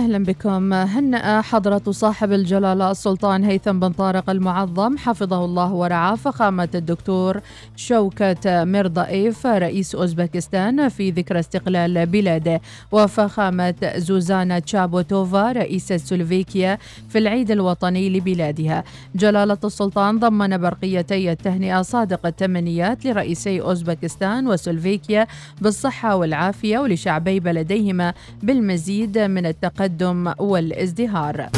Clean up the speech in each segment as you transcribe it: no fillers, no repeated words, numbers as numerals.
أهلا بكم. هنأ حضرة صاحب الجلالة السلطان هيثم بن طارق المعظم حفظه الله ورعاه فخامة الدكتور شوكت ميرزايف رئيس أوزبكستان في ذكرى استقلال بلاده، وفخامة زوزانا تشابوتوفا رئيسة سلوفيكيا في العيد الوطني لبلادها. جلالة السلطان ضمن برقيتي التهنئة صادق التمنيات لرئيسي أوزبكستان وسلوفيكيا بالصحة والعافية ولشعبي بلديهما بالمزيد من التقدم والازدهار.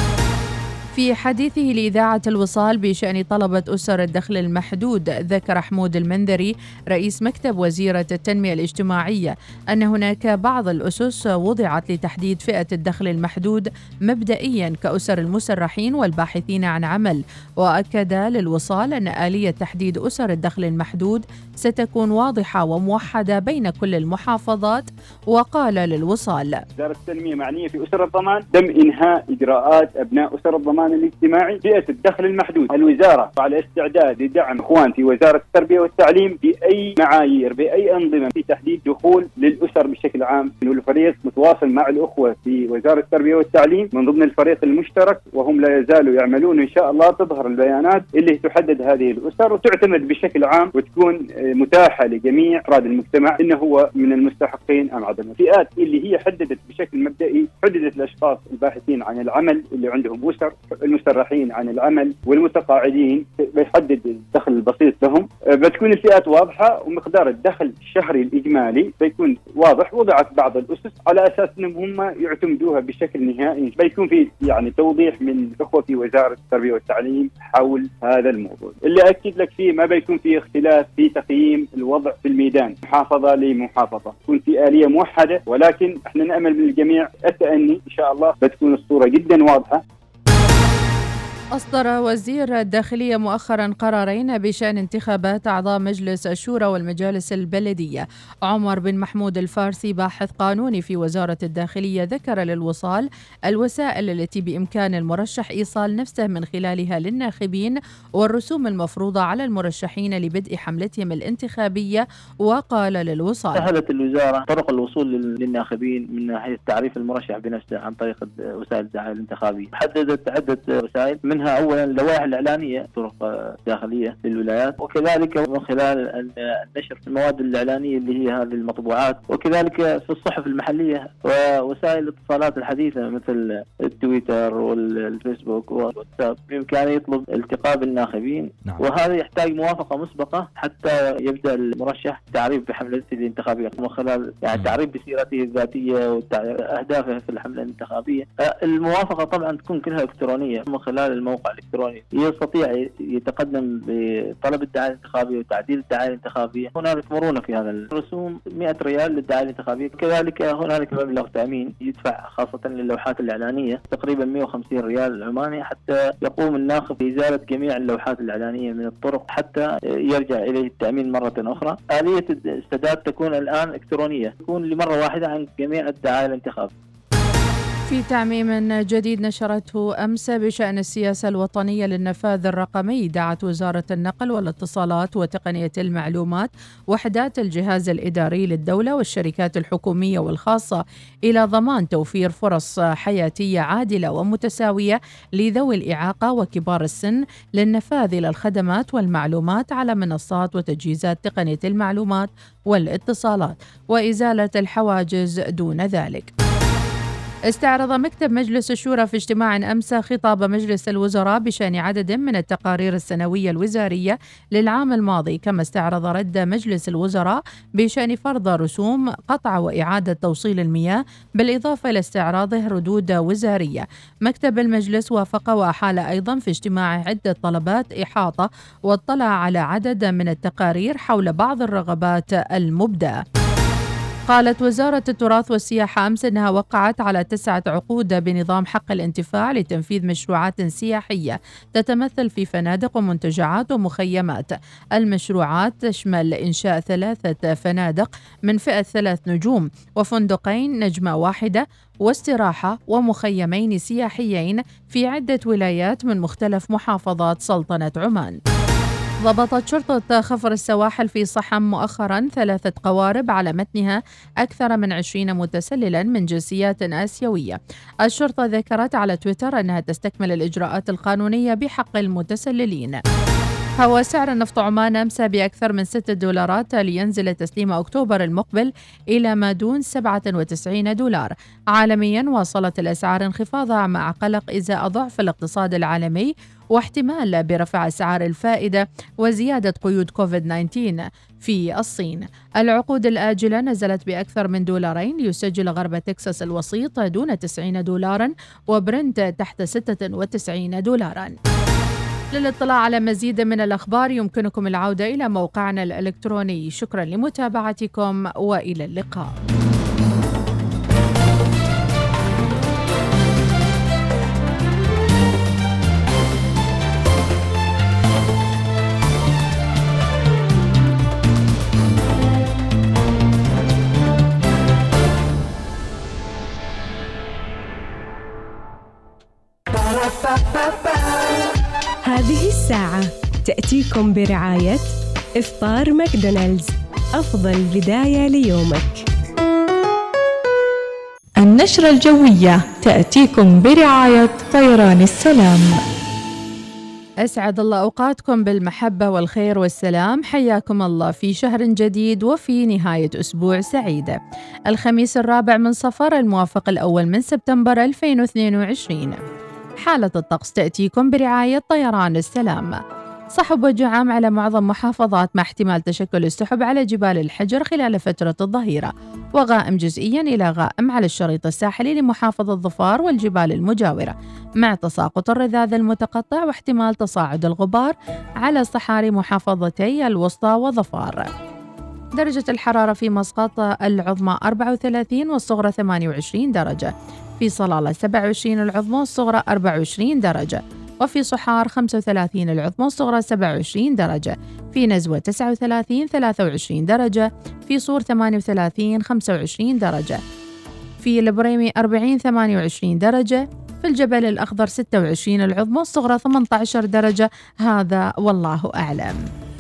في حديثه لإذاعة الوصال بشأن طلبة أسر الدخل المحدود، ذكر حمود المنذري رئيس مكتب وزيرة التنمية الاجتماعية أن هناك بعض الأسس وضعت لتحديد فئة الدخل المحدود مبدئيا كأسر المسرحين والباحثين عن عمل، وأكد للوصال أن آلية تحديد أسر الدخل المحدود ستكون واضحة وموحدة بين كل المحافظات. وقال للوصال: وزارة التنمية معنية في أسر الضمان تم إنهاء إجراءات أبناء أسر الضمان الاجتماعي فئة الدخل المحدود. الوزارة على استعداد لدعم إخوان في وزارة التربية والتعليم بأي معايير بأي أنظمة في تحديد دخول للأسر بشكل عام. والفريق متواصل مع الأخوة في وزارة التربية والتعليم من ضمن الفريق المشترك، وهم لا يزالوا يعملون. إن شاء الله تظهر البيانات اللي تحدد هذه الأسر وتعتمد بشكل عام وتكون متاحة لجميع أفراد المجتمع إنه هو من المستحقين أم عدم. الفئات اللي هي حددت بشكل مبدئي حددت الأشخاص الباحثين عن العمل اللي عندهم أسر، المسرحين عن العمل، والمتقاعدين بيحدد الدخل البسيط لهم. بتكون الفئات واضحة ومقدار الدخل الشهري الإجمالي بيكون واضح. وضعت بعض الأسس على أساس أنهم هم يعتمدوها بشكل نهائي. بيكون في يعني توضيح من الأخوة في وزارة التربية والتعليم حول هذا الموضوع. اللي أكد لك فيه ما بيكون فيه اختلاف في تقييم الوضع في الميدان محافظة لمحافظة، تكون في آلية موحدة، ولكن احنا نأمل من الجميع التأني إن شاء الله بتكون الصورة جدا واضحة. أصدر وزير الداخلية مؤخرا قرارين بشأن انتخابات أعضاء مجلس الشورى والمجالس البلدية. عمر بن محمود الفارسي باحث قانوني في وزارة الداخلية ذكر للوصال الوسائل التي بإمكان المرشح إيصال نفسه من خلالها للناخبين والرسوم المفروضة على المرشحين لبدء حملتهم الانتخابية. وقال للوصال: سهلت الوزارة طرق الوصول للناخبين من ناحية تعريف المرشح بنفسه عن طريق وسائل الدعاية الانتخابية. حددت عدة وسائل، منها أولا اللوائح الإعلانية طرق داخلية للولايات، وكذلك من خلال النشر المواد الإعلانية اللي هي هذه المطبوعات، وكذلك في الصحف المحلية ووسائل الاتصالات الحديثة مثل التويتر والفيسبوك والواتساب بإمكانه يطلب التقاء بالناخبين. وهذا يحتاج موافقة مسبقة حتى يبدأ المرشح تعريف بحملته الانتخابية من خلال يعني تعريف بسيرته الذاتية وأهدافه في الحملة الانتخابية. الموافقة طبعا تكون كلها إلكترونية من خلال الموقع الإلكتروني. يستطيع يتقدم بطلب الدعاية الانتخابية وتعديل الدعاية الانتخابية. هنالك مرونة في هذا. الرسوم 100 ريال للدعاية الانتخابية. كذلك هنالك مبلغ تأمين يدفع خاصة للوحات الإعلانية تقريبا 150 ريال عماني حتى يقوم الناخب بإزالة جميع اللوحات الإعلانية من الطرق حتى يرجع إليه التأمين مرة أخرى. آلية السداد تكون الآن إلكترونية، تكون لمرة واحدة عن جميع الدعاية الانتخابية. في تعميم جديد نشرته أمس بشأن السياسة الوطنية للنفاذ الرقمي، دعت وزارة النقل والاتصالات وتقنية المعلومات وحدات الجهاز الإداري للدولة والشركات الحكومية والخاصة إلى ضمان توفير فرص حياتية عادلة ومتساوية لذوي الإعاقة وكبار السن للنفاذ إلى الخدمات والمعلومات على منصات وتجهيزات تقنية المعلومات والاتصالات وإزالة الحواجز دون ذلك. استعرض مكتب مجلس الشورى في اجتماع أمس خطاب مجلس الوزراء بشأن عدد من التقارير السنوية الوزارية للعام الماضي، كما استعرض رد مجلس الوزراء بشأن فرض رسوم قطع وإعادة توصيل المياه، بالإضافة إلى استعراضه ردود وزارية. مكتب المجلس وافق وأحال أيضا في اجتماع عدة طلبات إحاطة، واطلع على عدد من التقارير حول بعض الرغبات المبدأة. قالت وزارة التراث والسياحة أمس أنها وقعت على 9 عقود بنظام حق الانتفاع لتنفيذ مشروعات سياحية تتمثل في فنادق ومنتجعات ومخيمات. المشروعات تشمل إنشاء 3 فنادق من فئة 3 نجوم وفندقين نجمة واحدة واستراحة ومخيمين سياحيين في عدة ولايات من مختلف محافظات سلطنة عمان. ضبطت شرطة خفر السواحل في صحم مؤخرا 3 قوارب على متنها أكثر من 20 متسللا من جنسيات آسيوية. الشرطة ذكرت على تويتر أنها تستكمل الإجراءات القانونية بحق المتسللين. هو سعر النفط عمان أمس بأكثر من $6 لينزل تسليم أكتوبر المقبل إلى ما دون $97. عالميا واصلت الأسعار انخفاضها مع قلق إزاء ضعف الاقتصاد العالمي واحتمال برفع أسعار الفائدة وزيادة قيود كوفيد-19 في الصين. العقود الآجلة نزلت بأكثر من $2 ليسجل غرب تكساس الوسيط دون $90 وبرنت تحت $96. للاطلاع على مزيد من الأخبار يمكنكم العودة إلى موقعنا الإلكتروني. شكرا لمتابعتكم وإلى اللقاء. هذه الساعة تأتيكم برعاية إفطار ماكدونالدز، أفضل بداية ليومك. النشرة الجوية تأتيكم برعاية طيران السلام. أسعد الله أوقاتكم بالمحبة والخير والسلام. حياكم الله في شهر جديد وفي نهاية أسبوع سعيدة. الخميس 4 من صفر الموافق 1 من سبتمبر 2022. حالة الطقس تأتيكم برعاية طيران السلام. صحب وجعام على معظم محافظات مع احتمال تشكل السحب على جبال الحجر خلال فترة الظهيرة، وغائم جزئيا إلى غائم على الشريط الساحلي لمحافظة ظفار والجبال المجاورة، مع تساقط الرذاذ المتقطع واحتمال تصاعد الغبار على صحاري محافظتي الوسطى وظفار. درجة الحرارة في مسقط العظمى 34 والصغرى 28 درجة، في صلالة 27 العظمى والصغرى 24 درجة، وفي صحار 35 العظمى والصغرى 27 درجة، في نزوة 39 23 درجة، في صور 38 25 درجة، في البريمي 40 28 درجة، في الجبل الأخضر 26 العظمى والصغرى 18 درجة. هذا والله أعلم.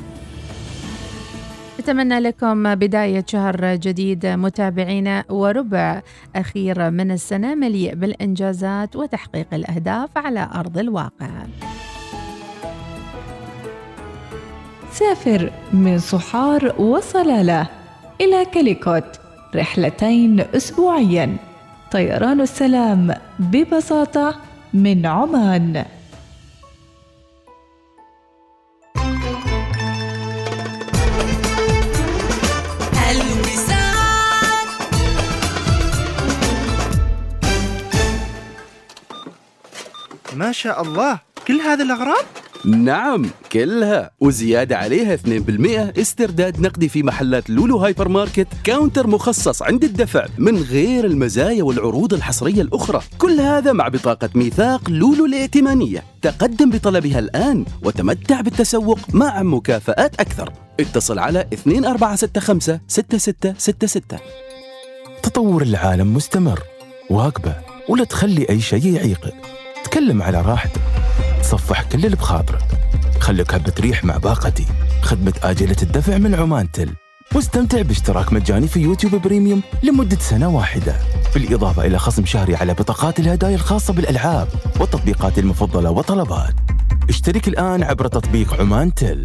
أتمنى لكم بداية شهر جديد متابعينا، وربع أخير من السنة مليء بالإنجازات وتحقيق الأهداف على أرض الواقع. سافر من صحار وصلالة إلى كاليكوت، رحلتين أسبوعيا. طيران السلام ببساطة من عمان. ما شاء الله، كل هذه الأغراض؟ نعم كلها، وزيادة عليها 2% استرداد نقدي في محلات لولو هايبر ماركت، كاونتر مخصص عند الدفع، من غير المزايا والعروض الحصرية الأخرى. كل هذا مع بطاقة ميثاق لولو الائتمانية. تقدم بطلبها الآن وتمتع بالتسوق مع مكافآت أكثر. اتصل على 2465 6666. تطور العالم مستمر، واقبه ولا تخلي أي شيء يعيقك. تكلم على راحتك، تصفح كل اللي بخاطرك، خليك هبة ريح مع باقتي، خدمة آجلة الدفع من عمان تل، واستمتع باشتراك مجاني في يوتيوب بريميوم لمدة 1 سنة، بالإضافة إلى خصم شهري على بطاقات الهدايا الخاصة بالألعاب والتطبيقات المفضلة وطلبات. اشترك الآن عبر تطبيق عمان تل.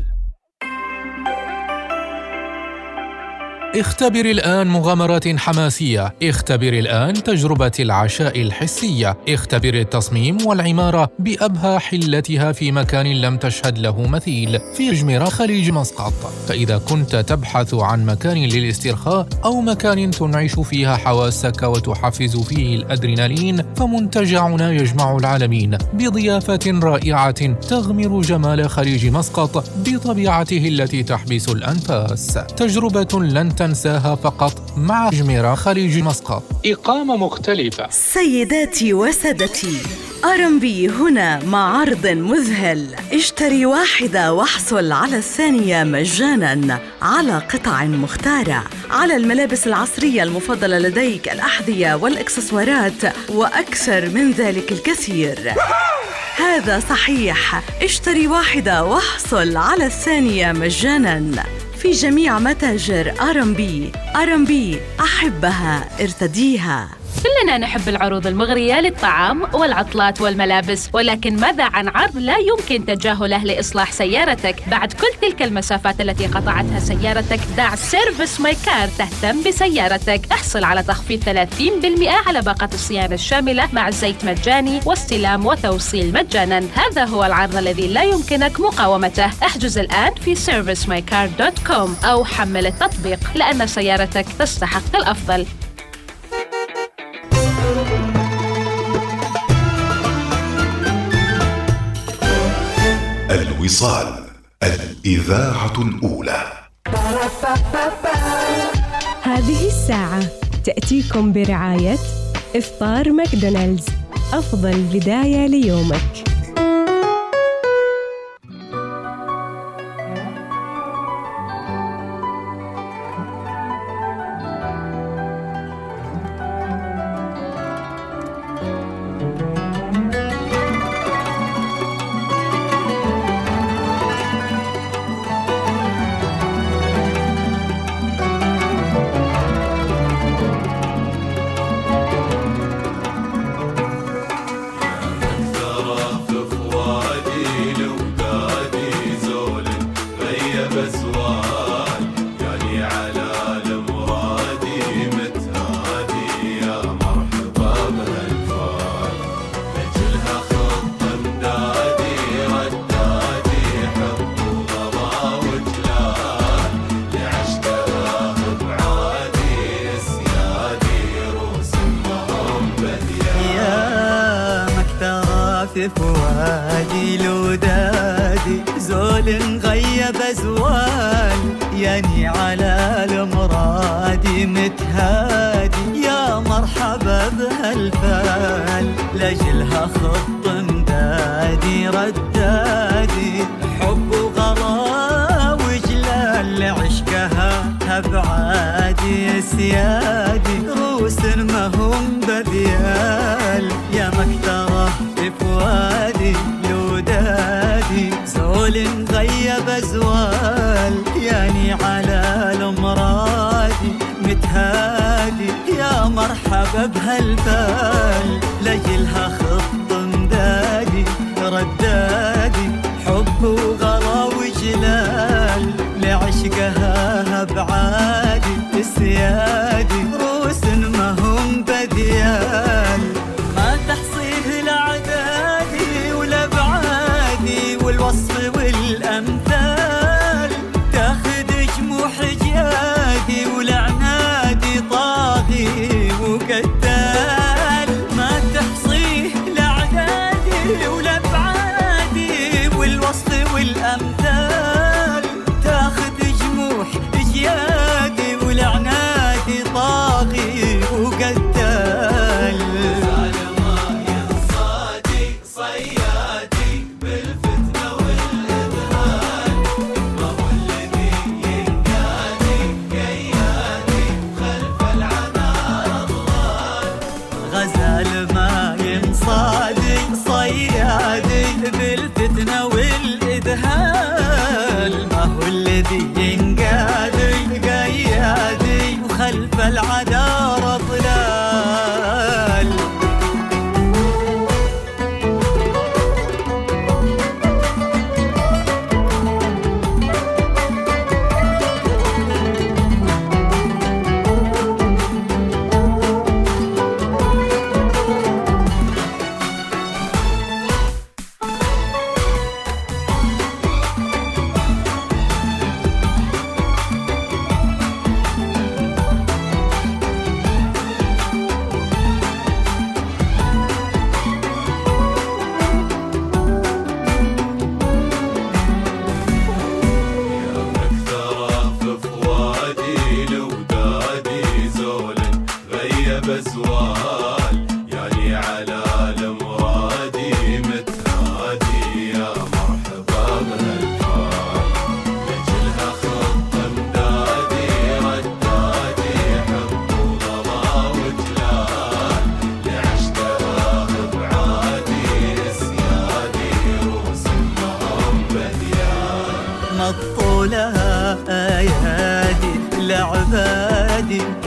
اختبر الآن مغامرات حماسية، اختبر الآن تجربة العشاء الحسية، اختبر التصميم والعمارة بأبهى حلتها في مكان لم تشهد له مثيل في جميرة خليج مسقط. فإذا كنت تبحث عن مكان للاسترخاء أو مكان تنعش فيها حواسك وتحفز فيه الأدرينالين، فمنتجعنا يجمع العالمين بضيافة رائعة تغمر جمال خليج مسقط بطبيعته التي تحبس الأنفاس. تجربة لن تنساها فقط مع جميرة خليج مسقط. إقامة مختلفة. سيداتي وسادتي، R&B هنا مع عرض مذهل. اشتري واحدة واحصل على الثانية مجانا على قطع مختارة، على الملابس العصرية المفضلة لديك، الأحذية والإكسسوارات وأكثر من ذلك الكثير. هذا صحيح، اشتري واحدة واحصل على الثانية مجاناً في جميع متاجر R&B. أحبها ارتديها. كلنا نحب العروض المغرية للطعام والعطلات والملابس، ولكن ماذا عن عرض لا يمكن تجاهله لإصلاح سيارتك؟ بعد كل تلك المسافات التي قطعتها سيارتك، دع سيرفيس ماي كار تهتم بسيارتك. احصل على تخفيض 30% على باقة الصيانة الشاملة مع زيت مجاني واستلام وتوصيل مجانا. هذا هو العرض الذي لا يمكنك مقاومته. احجز الآن في servicemycar.com أو حمل التطبيق، لأن سيارتك تستحق الأفضل. الوصال، الإذاعة الأولى. هذه الساعة تأتيكم برعاية إفطار ماكدونالدز، أفضل بداية ليومك. فؤادي لودادي زول غيب زوال، يعني على المرادي متهادي، يا مرحبا بهالفال، لجلها خط مدادي ردادي، حب وغلا وجلال لعشقها هبعادي سيادي، روس ما هم بذيال، يا مكتره فؤادي لودادي زول غيب زوال، يعني على المرادي متهادي، يا مرحبا بهالبال، لجلها خط مدادي ردادي، حب وغلا وجلال لعشقها هبعادي سيادي، روس ما هم بذيال، ما تحصيه الأعدادي والأبعادي والوصف والأمثال، تاخد جموح جيادي والعنادي طاغي وقتال، ما تحصيه الأعدادي والأبعادي والوصف والأمثال، تاخد جموح جيادي والعنادي طاغي وقتال، بالفتنة والإذهال، ما هو الذي ينقادي قيادي وخلف العذار ضلال.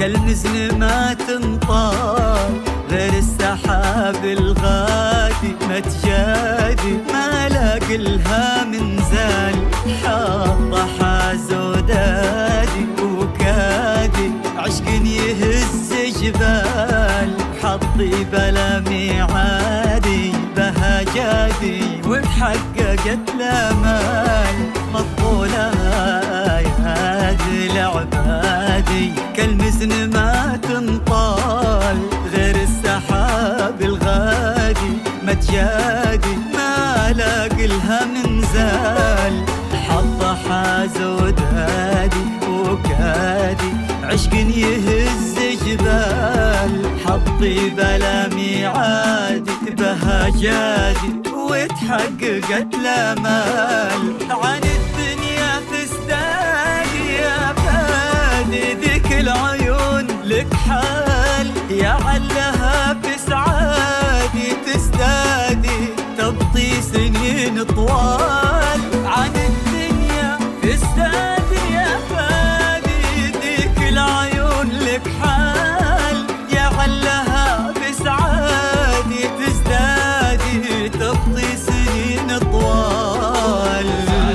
كالمزن ما تنطال غير السحاب الغادي ما تجادي ما لاقي لها من زال حاطة حاز ودادي وكادي عشق يهز جبال حطي بلا ميعادي بها جادي وتحققت الامال مطولها يا العبادي كالمزن ما تنطال غير السحاب الغادي ما تجادي ما لاقي لها من زال حط حاز ودادي وكادي عشق يهز جبال حطي بلا ميعادي بها جادي وتحققت الامال عن الدنيا تزدادي يا فادي ذيك العيون لك حال يا علها بسعادي تزدادي تبطي سنين طوال عن الدنيا تزدادي يا فادي ذيك العيون لك حال يا علها بسعادي تزدادي تبطي سنين طوال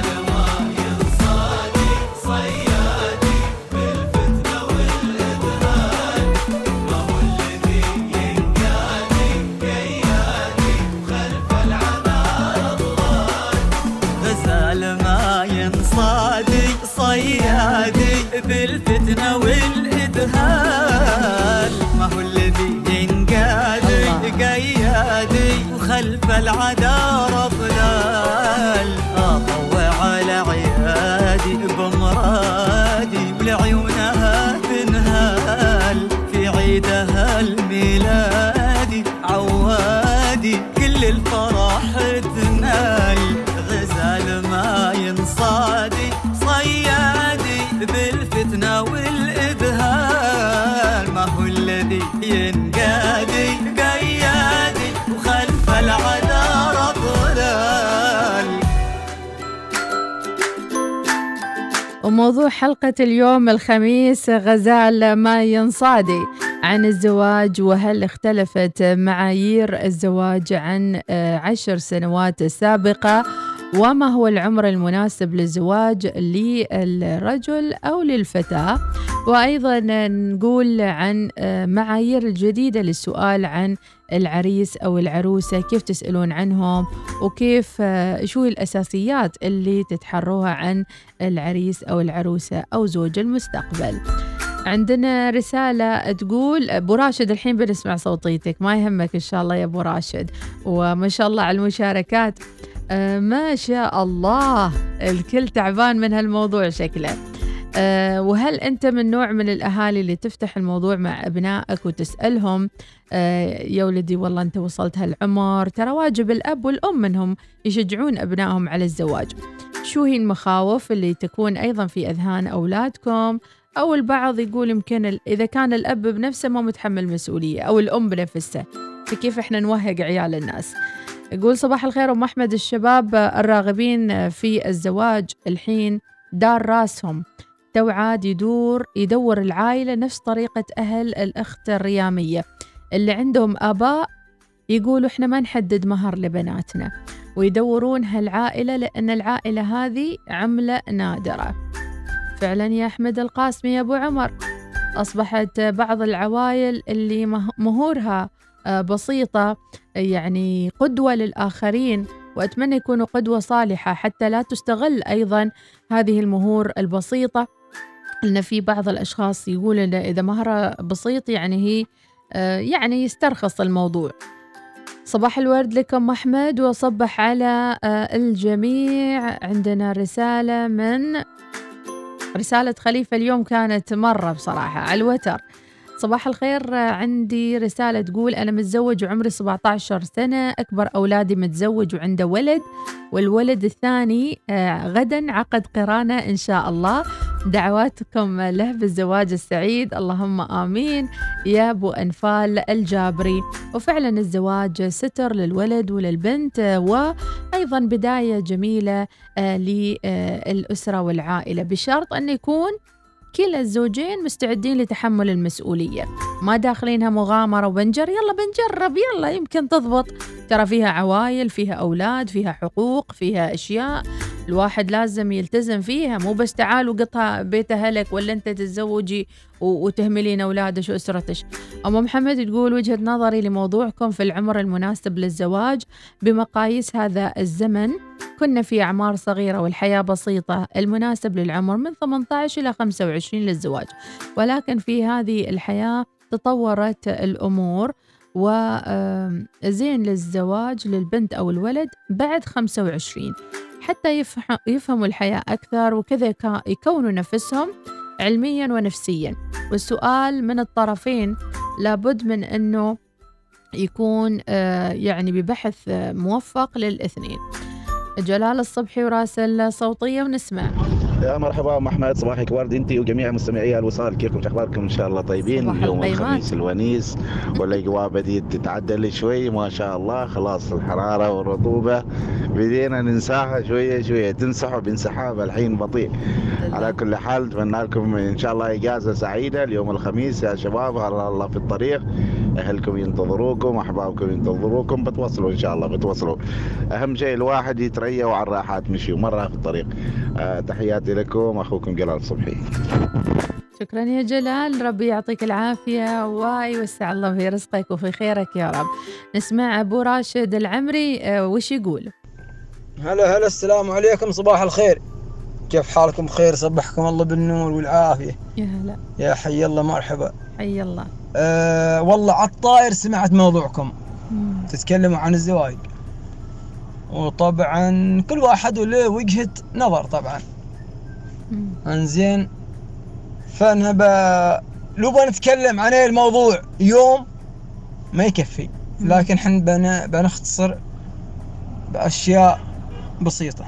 صيادي بالفتنة والإذهال ما هو الذي ينقادي قيادي وخلف العذار ضلال أطوع على عيادي بمرادي ولعيونها تنهال في عيدها الميلادي عوادي كل الفرح تنال غزال ما ينصادي صيادي بالفتنة والإذهال ما هو الذي ينقادي قيادي وخلف العذار ضلال. وموضوع حلقة اليوم الخميس غزال ما ينصادي عن الزواج، وهل اختلفت معايير الزواج عن 10 سنوات سابقة، وما هو العمر المناسب للزواج للرجل أو للفتاة، وأيضا نقول عن معايير الجديدة للسؤال عن العريس أو العروسة، كيف تسألون عنهم وكيف شو الأساسيات اللي تتحروها عن العريس أو العروسة أو زوج المستقبل. عندنا رسالة تقول أبو راشد الحين بنسمع صوتيتك، ما يهمك إن شاء الله يا أبو راشد، وما شاء الله على المشاركات، ما شاء الله الكل تعبان من هالموضوع شكله. وهل أنت من نوع من الأهالي اللي تفتح الموضوع مع أبنائك وتسألهم يا ولدي والله أنت وصلت هالعمر، ترى واجب الأب والأم منهم يشجعون أبنائهم على الزواج. شو هي المخاوف اللي تكون أيضا في أذهان أولادكم؟ أو البعض يقول يمكن إذا كان الأب بنفسه ما متحمل مسؤولية أو الأم بنفسها، فكيف إحنا نوهق عيال الناس؟ يقول صباح الخير أم أحمد، الشباب الراغبين في الزواج الحين دار راسهم توعاد يدور العائلة نفس طريقة أهل الأخت الريامية اللي عندهم آباء يقولوا إحنا ما نحدد مهر لبناتنا، ويدورون هالعائلة لأن العائلة هذه عملة نادرة. فعلا يا أحمد القاسمي يا أبو عمر، أصبحت بعض العوائل اللي مهورها بسيطة يعني قدوة للآخرين، وأتمنى يكونوا قدوة صالحة حتى لا تستغل أيضا هذه المهور البسيطة، لأن في بعض الأشخاص يقول إن إذا مهرة بسيط يعني هي يعني يسترخص الموضوع. صباح الورد لكم أحمد وصبح على الجميع. عندنا رسالة خليفة اليوم كانت مرة بصراحة على الوتر. صباح الخير، عندي رسالة تقول أنا متزوج وعمري 17 سنة، أكبر أولادي متزوج وعنده ولد، والولد الثاني غدا عقد قرانة إن شاء الله، دعواتكم له بالزواج السعيد اللهم آمين يا أبو أنفال الجابري. وفعلا الزواج ستر للولد وللبنت، وأيضا بداية جميلة للأسرة والعائلة، بشرط أن يكون كلا الزوجين مستعدين لتحمل المسؤولية، ما داخلينها مغامرة وبنجر يلا بنجرب يلا يمكن تضبط. ترى فيها عوائل، فيها أولاد، فيها حقوق، فيها أشياء الواحد لازم يلتزم فيها، مو بس تعال وقطها بيت أهلك ولا أنت تتزوجي وتهملين أولادش وأسرتش. أم محمد تقول وجهة نظري لموضوعكم في العمر المناسب للزواج بمقاييس هذا الزمن، كنا في أعمار صغيرة والحياة بسيطة، المناسب للعمر من 18 إلى 25 للزواج، ولكن في هذه الحياة تطورت الأمور وزين للزواج للبنت أو الولد بعد 25 حتى يفهموا الحياة أكثر وكذا يكونوا نفسهم علميا ونفسيا. والسؤال من الطرفين لابد من أنه يكون يعني ببحث موفق للاثنين. جلال الصبحي وراسل صوتية ونسمع. يا مرحبا أم أحمد، صباحك ورد أنت وجميع مستمعي الوصال، كيفكم أخباركم؟ إن شاء الله طيبين. يوم الخميس الونيس والأجواء بديت تتعدل شوي ما شاء الله، خلاص الحرارة والرطوبة بدينا ننساها شوية شوية، تنسحوا بانسحاب الحين بطيء. على كل حال أتمنى لكم إن شاء الله إجازة سعيدة اليوم الخميس يا شباب، على الله في الطريق، أهلكم ينتظروكم، أحبابكم ينتظروكم، بتوصلوا إن شاء الله بتوصلوا. أهم شيء الواحد يتريا وعلى الراحات مشي ومرة في الطريق. تحياتي لكم، أخوكم جلال الصبحي. شكرا يا جلال، ربي يعطيك العافية ويوسع الله في رزقك وفي خيرك يا رب. نسمع أبو راشد العمري وش يقول. هلا السلام عليكم، صباح الخير، كيف حالكم؟ خير، صبحكم الله بالنور والعافية. يا هلا، يا حي الله، مرحبا، حي الله. والله عالطاير سمعت موضوعكم تتكلموا عن الزواج، وطبعا كل واحد له وجهة نظر طبعا. انزين، فانا لو بنتكلم عن الموضوع يوم ما يكفي، لكن حن بنختصر بأشياء بسيطة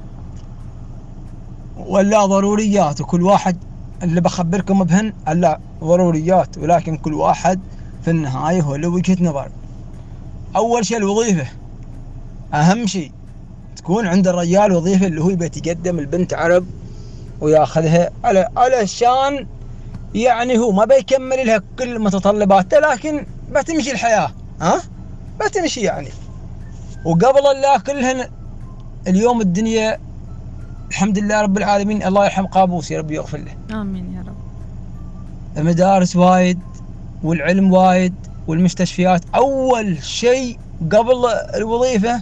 ولا ضروريات، وكل واحد اللي بخبركم بهن لا ضروريات، ولكن كل واحد في النهاية هو له وجهة نظر. أول شيء الوظيفة، أهم شيء تكون عند الرجال وظيفة اللي هو بيتقدم البنت عرب وياخذها علشان يعني هو ما بيكمل لها كل متطلباتها، لكن بتمشي الحياة، بتمشي يعني. وقبل الله كلهن اليوم الدنيا الحمد لله رب العالمين، الله يرحم قابوس يا رب يغفر له. آمين يا رب. المدارس وايد والعلم وايد والمستشفيات. أول شيء قبل الوظيفة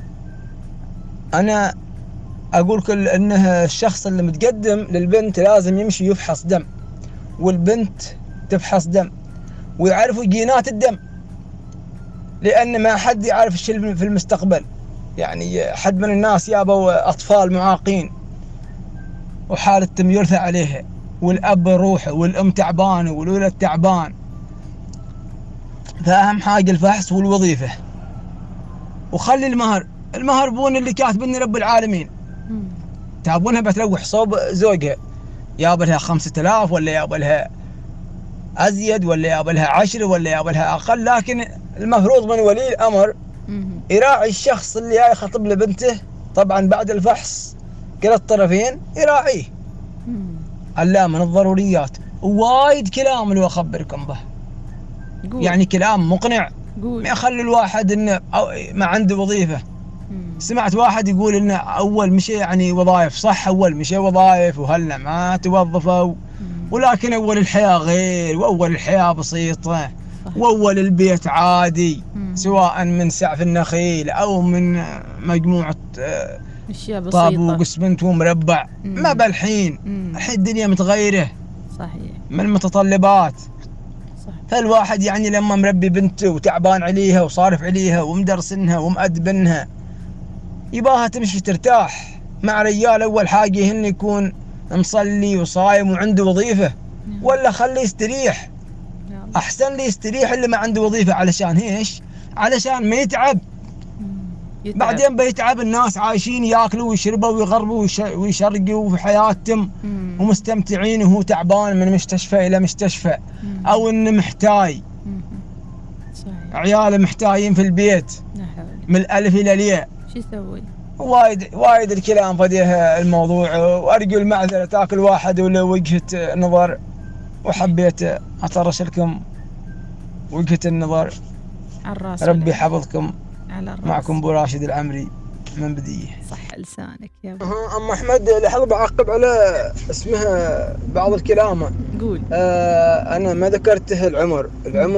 أنا أقول كل أنه الشخص اللي متقدم للبنت لازم يمشي يفحص دم، والبنت تفحص دم ويعرفوا جينات الدم، لأن ما حد يعرف الشيء في المستقبل. يعني حد من الناس يابوا أطفال معاقين وحالة تم يرثى عليها، والأب روحه والأم تعبانة والولد تعبان. فأهم حاجة الفحص والوظيفة. وخلي المهر بون اللي كاتبني رب العالمين، تابونها بتروح صوب زوجها، يابلها 5000 ولا يابلها أزيد ولا يابلها 10 ولا يابلها أقل، لكن المفروض من ولي الأمر يراعي الشخص اللي جاي يخطب لبنته. طبعا بعد الفحص كلا الطرفين يراعيه. ألا من الضروريات وايد كلام اللي أخبركم به، يعني كلام مقنع ما يخلي الواحد إنه ما عنده وظيفة. سمعت واحد يقول إنه أول مشي يعني وظائف، صح، أول مشي وظائف وهلنا ما توظفوا، ولكن أول الحياة غير، وأول الحياة بسيطة، وأول البيت عادي، سواء من سعف النخيل أو من مجموعة طابوق اسمنت ومربع. ما بالحين الحين الدنيا متغيرة، صحيح، من المتطلبات. فالواحد يعني لما مربي بنته وتعبان عليها وصارف عليها ومدرسنها ومأدبنها، يباها تمشي ترتاح مع رجال. أول حاجة هن يكون مصلي وصايم وعنده وظيفة، ولا خليه يستريح. أحسن لي يستريح اللي ما عنده وظيفة. علشان إيش؟ علشان ما يتعب. بعدين بيتعب. الناس عايشين ياكلوا ويشربوا ويغربوا ويشرقوا في حياتهم ومستمتعين، وهو تعبان من مستشفى إلى مستشفى، أو إنه محتاج، عياله محتاجين في البيت من الألف إلى الياء. شو يسوي؟ وايد الكلام فديه الموضوع، وأرجو المعذرة تاكل واحد ولا وجهة نظر، وحبيت أطرش لكم وجهة النظر. ربي حفظكم. معكم أبو راشد العمري من بديه. صح لسانك يا ابو. أم أحمد لحظة بعقب على اسمها بعض الكلام. قول. أنا ما ذكرته العمر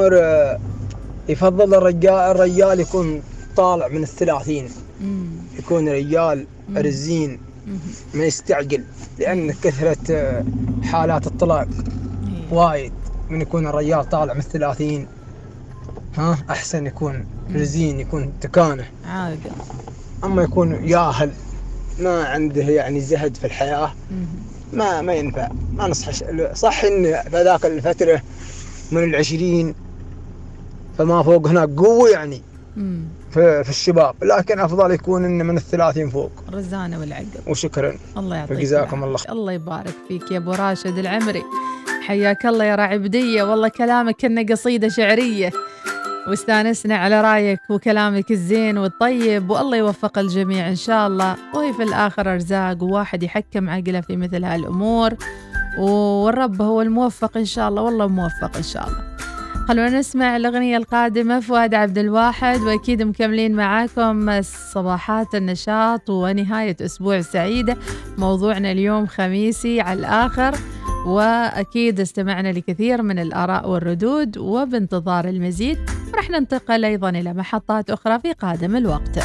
يفضل الرجال يكون طالع من 30، يكون رجال رزين ما يستعجل، لأن كثرة حالات الطلاق وايد. من يكون الرجال طالع من 30 أحسن يكون رزين، يكون تكانه عاقل. أما يكون ياهل ما عنده يعني زهد في الحياة ما ينفع. ما نصح. صح إن في ذاك الفترة من 20 فما فوق هناك قوة يعني في الشباب، لكن أفضل يكون إن من 30 فوق. رزانة والعقل. وشكرا. الله يعطيك. جزاكم الله خير. الله يبارك فيك يا أبو راشد العمري، حياك الله يا راعي بدية. والله كلامك كأنه قصيدة شعرية، واستانسنا على رايك وكلامك الزين والطيب، والله يوفق الجميع إن شاء الله. وهي في الآخر أرزاق، وواحد يحكم عقله في مثل هالأمور، والرب هو الموفق إن شاء الله. والله موفق إن شاء الله. خلونا نسمع الأغنية القادمة، فؤاد عبد الواحد، وأكيد مكملين معاكم صباحات النشاط ونهاية أسبوع سعيدة. موضوعنا اليوم خميسي على الآخر، وأكيد استمعنا لكثير من الآراء والردود، وبانتظار المزيد. ورح ننتقل أيضا إلى محطات أخرى في قادم الوقت.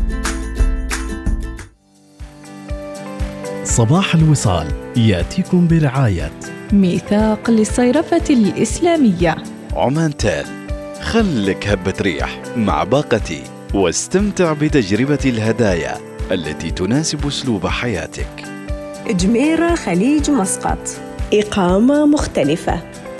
صباح الوصال يأتيكم برعاية ميثاق للصيرفة الإسلامية، عمان تال، خلك هبة ريح مع باقتي، واستمتع بتجربة الهدايا التي تناسب أسلوب حياتك. جميرة خليج مسقط، إقامة مختلفة.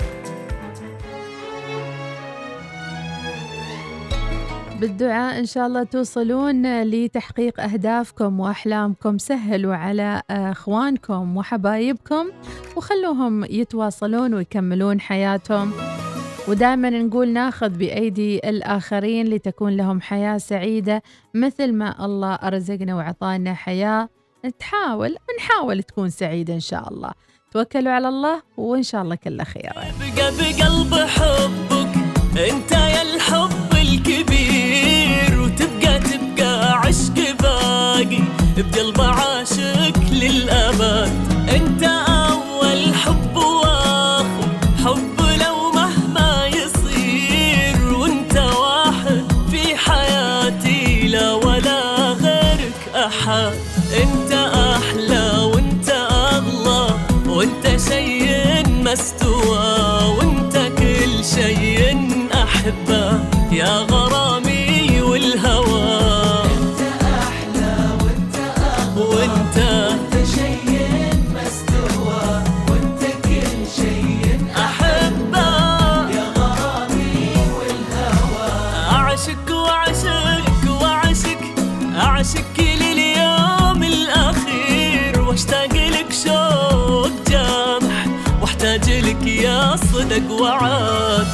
بالدعاء إن شاء الله توصلون لتحقيق أهدافكم وأحلامكم. سهلوا على أخوانكم وحبايبكم وخلوهم يتواصلون ويكملون حياتهم. ودائما نقول ناخذ بأيدي الآخرين لتكون لهم حياة سعيدة، مثل ما الله أرزقنا وعطانا حياة. نحاول تكون سعيدة إن شاء الله. توكلوا على الله وإن شاء الله كله خير. بقى بقلب حبك انت يا الحب الكبير، وتبقى عشق باقي بقلب عاشق للأبد. انت أول حب واخر حب لو مهما يصير، وانت واحد في حياتي لا ولا غيرك أحد. انت أحلى وانت أغلى وانت شيء ما استوى، وانت كل شيء أحبه يا غرامي والهوى. انت أحلى وانت أغلى وانت شيء ما استوى، وانت كل شيء أحبه يا غرامي والهوى. أعشق وأعشق وأعشق أعشق لليوم الأخير، واشتاق لك شوق جامح، واحتاج لك يا صدق وعاد.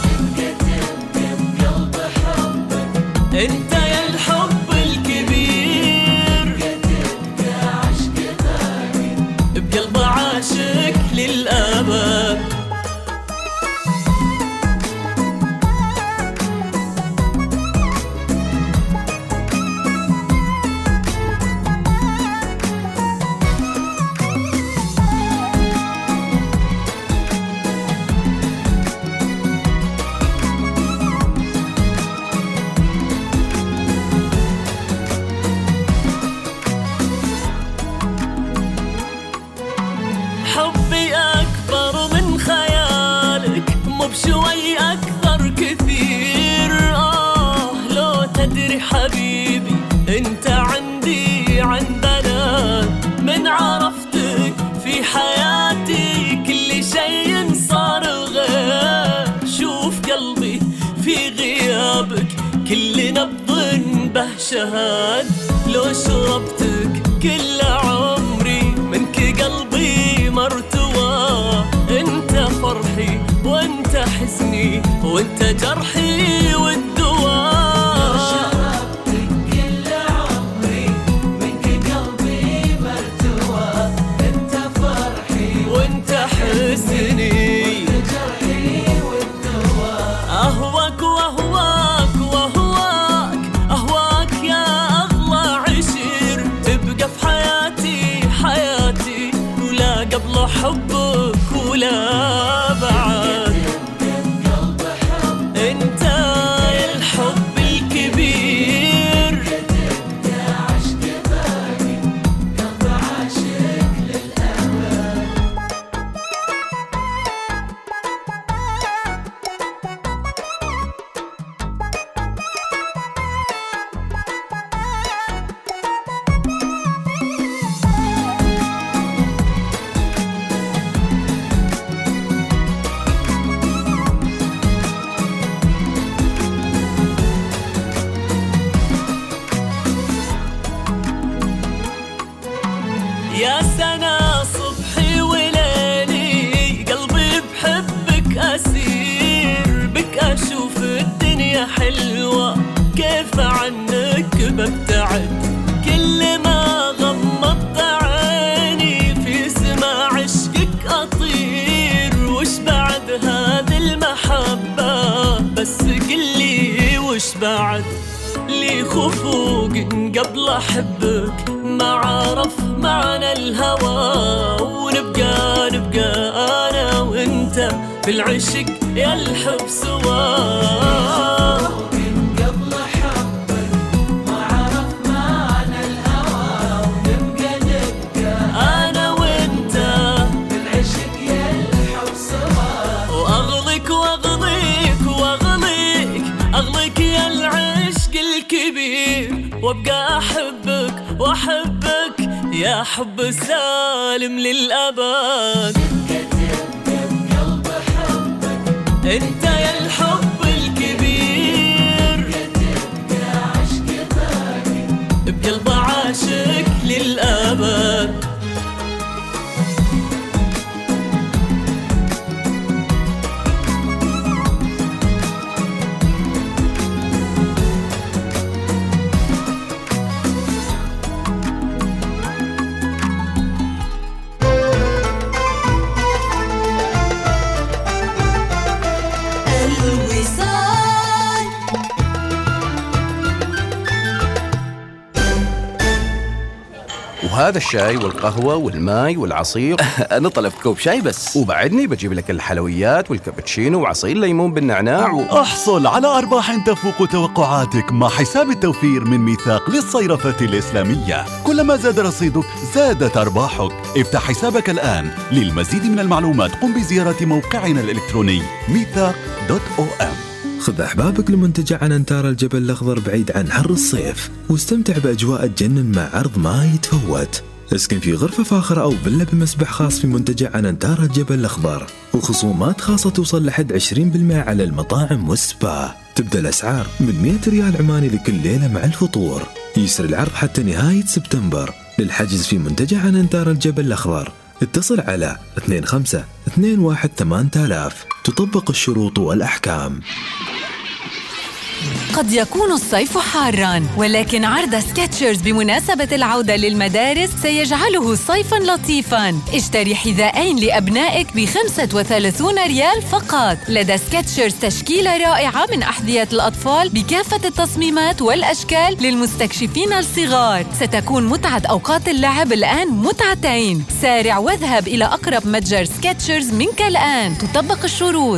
انت يا الحب الكبير، تبقى عشق باقي بقلب عاشق للأبد. شوي أكثر كثير. لو تدري حبيبي أنت عندي عندنا، من عرفتك في حياتي كل شيء صار غير. شوف قلبي في غيابك كل نبض به شهاد. لو شربتك كل عمري منك قلبي مرتوى. انت فرحي وانت حزني وانت جرحي والدواء. لو شربتك كل عمري منك الدنيا حلوة كيف عنك ببتعد، كل ما غمضت عيني في سماع عشقك أطير. وش بعد هذه المحبة بس قلي وش بعد، لي خفوق قبل أحبك ما عرف معنى الهوى، ونبقى أنا وإنت في العشق يا الحب سوا. قبل أحبك ما عرف معنى الهوى، ونبقى أنا وإنت في العشق يا الحب سوا. وأغلق أغلق يا العشق الكبير، وابقى أحبك وأحبك يا حب سالم للأبد. بقلب أحبك أنت يا الحب الكبير، تبقى عشق باقي بقلب عاشق للأبد. وهذا الشاي والقهوة والماي والعصير. أنا طلبت كوب شاي بس، وبعدني بجيب لك الحلويات والكابتشينو وعصير ليمون بالنعناع احصل على أرباح تفوق توقعاتك مع حساب التوفير من ميثاق للصيرفة الإسلامية. كلما زاد رصيدك زادت أرباحك. افتح حسابك الآن. للمزيد من المعلومات قم بزيارة موقعنا الإلكتروني ميثاق.om. خذ أحبابك لمنتجع عننتار الجبل الأخضر بعيد عن حر الصيف، واستمتع بأجواء تجنن مع عرض ما يتفوت. اسكن في غرفة فاخرة أو فيلا بمسبح خاص في منتجع عننتار الجبل الأخضر، وخصومات خاصة توصل لحد 20% على المطاعم والسبا. تبدأ الأسعار من 100 ريال عماني لكل ليلة مع الفطور. يسر العرض حتى نهاية سبتمبر. للحجز في منتجع عننتار الجبل الأخضر اتصل على 25218000. تطبق الشروط والأحكام. قد يكون الصيف حاراً، ولكن عرض سكتشرز بمناسبة العودة للمدارس سيجعله صيفاً لطيفاً. اشتري حذاءين لأبنائك ب35 ريال فقط. لدى سكتشرز تشكيلة رائعة من أحذية الأطفال بكافة التصميمات والأشكال للمستكشفين الصغار. ستكون متعة أوقات اللعب الآن متعتين. سارع واذهب إلى أقرب متجر سكتشرز منك الآن. تطبق الشروط.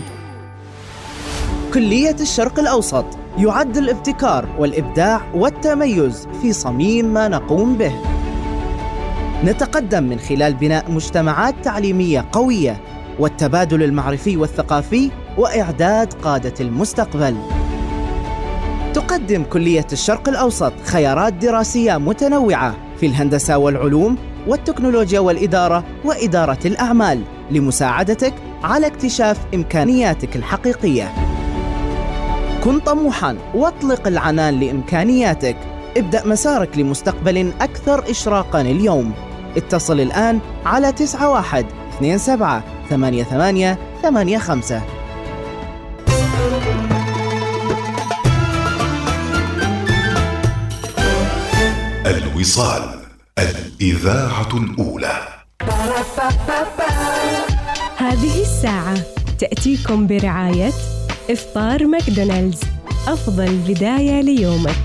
كلية الشرق الأوسط يعد الابتكار والإبداع والتميز في صميم ما نقوم به. نتقدم من خلال بناء مجتمعات تعليمية قوية والتبادل المعرفي والثقافي وإعداد قادة المستقبل. تقدم كلية الشرق الأوسط خيارات دراسية متنوعة في الهندسة والعلوم والتكنولوجيا والإدارة وإدارة الأعمال لمساعدتك على اكتشاف إمكانياتك الحقيقية. كن طموحاً واطلق العنان لإمكانياتك. ابدأ مسارك لمستقبل أكثر إشراقاً اليوم. اتصل الآن على 91278885. الوصال، الإذاعة الأولى. هذه الساعة تأتيكم برعاية إفطار ماكدونالدز، أفضل بداية ليومك.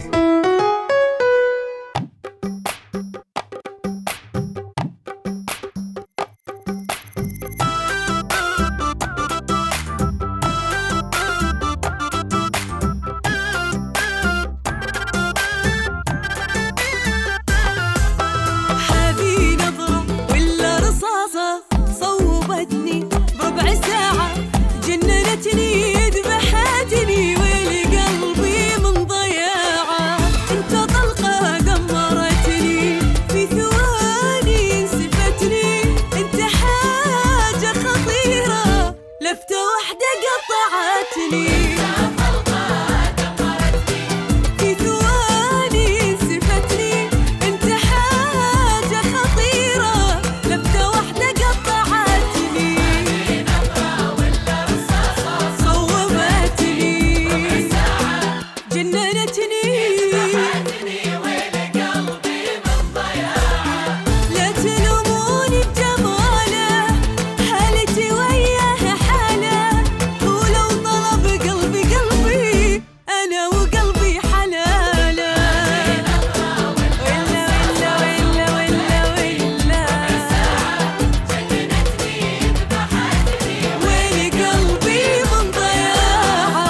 هذه نظرة ولا رصاصة صوبتني بربع ساعة، جننتني ذبحتني والقلبي من ضياع. جننتني لا تلوموني بجماله حالتي وياه حاله ولو طلب قلبي أنا وقلبي حلاله ولا ويلي قلبي من ضياعه.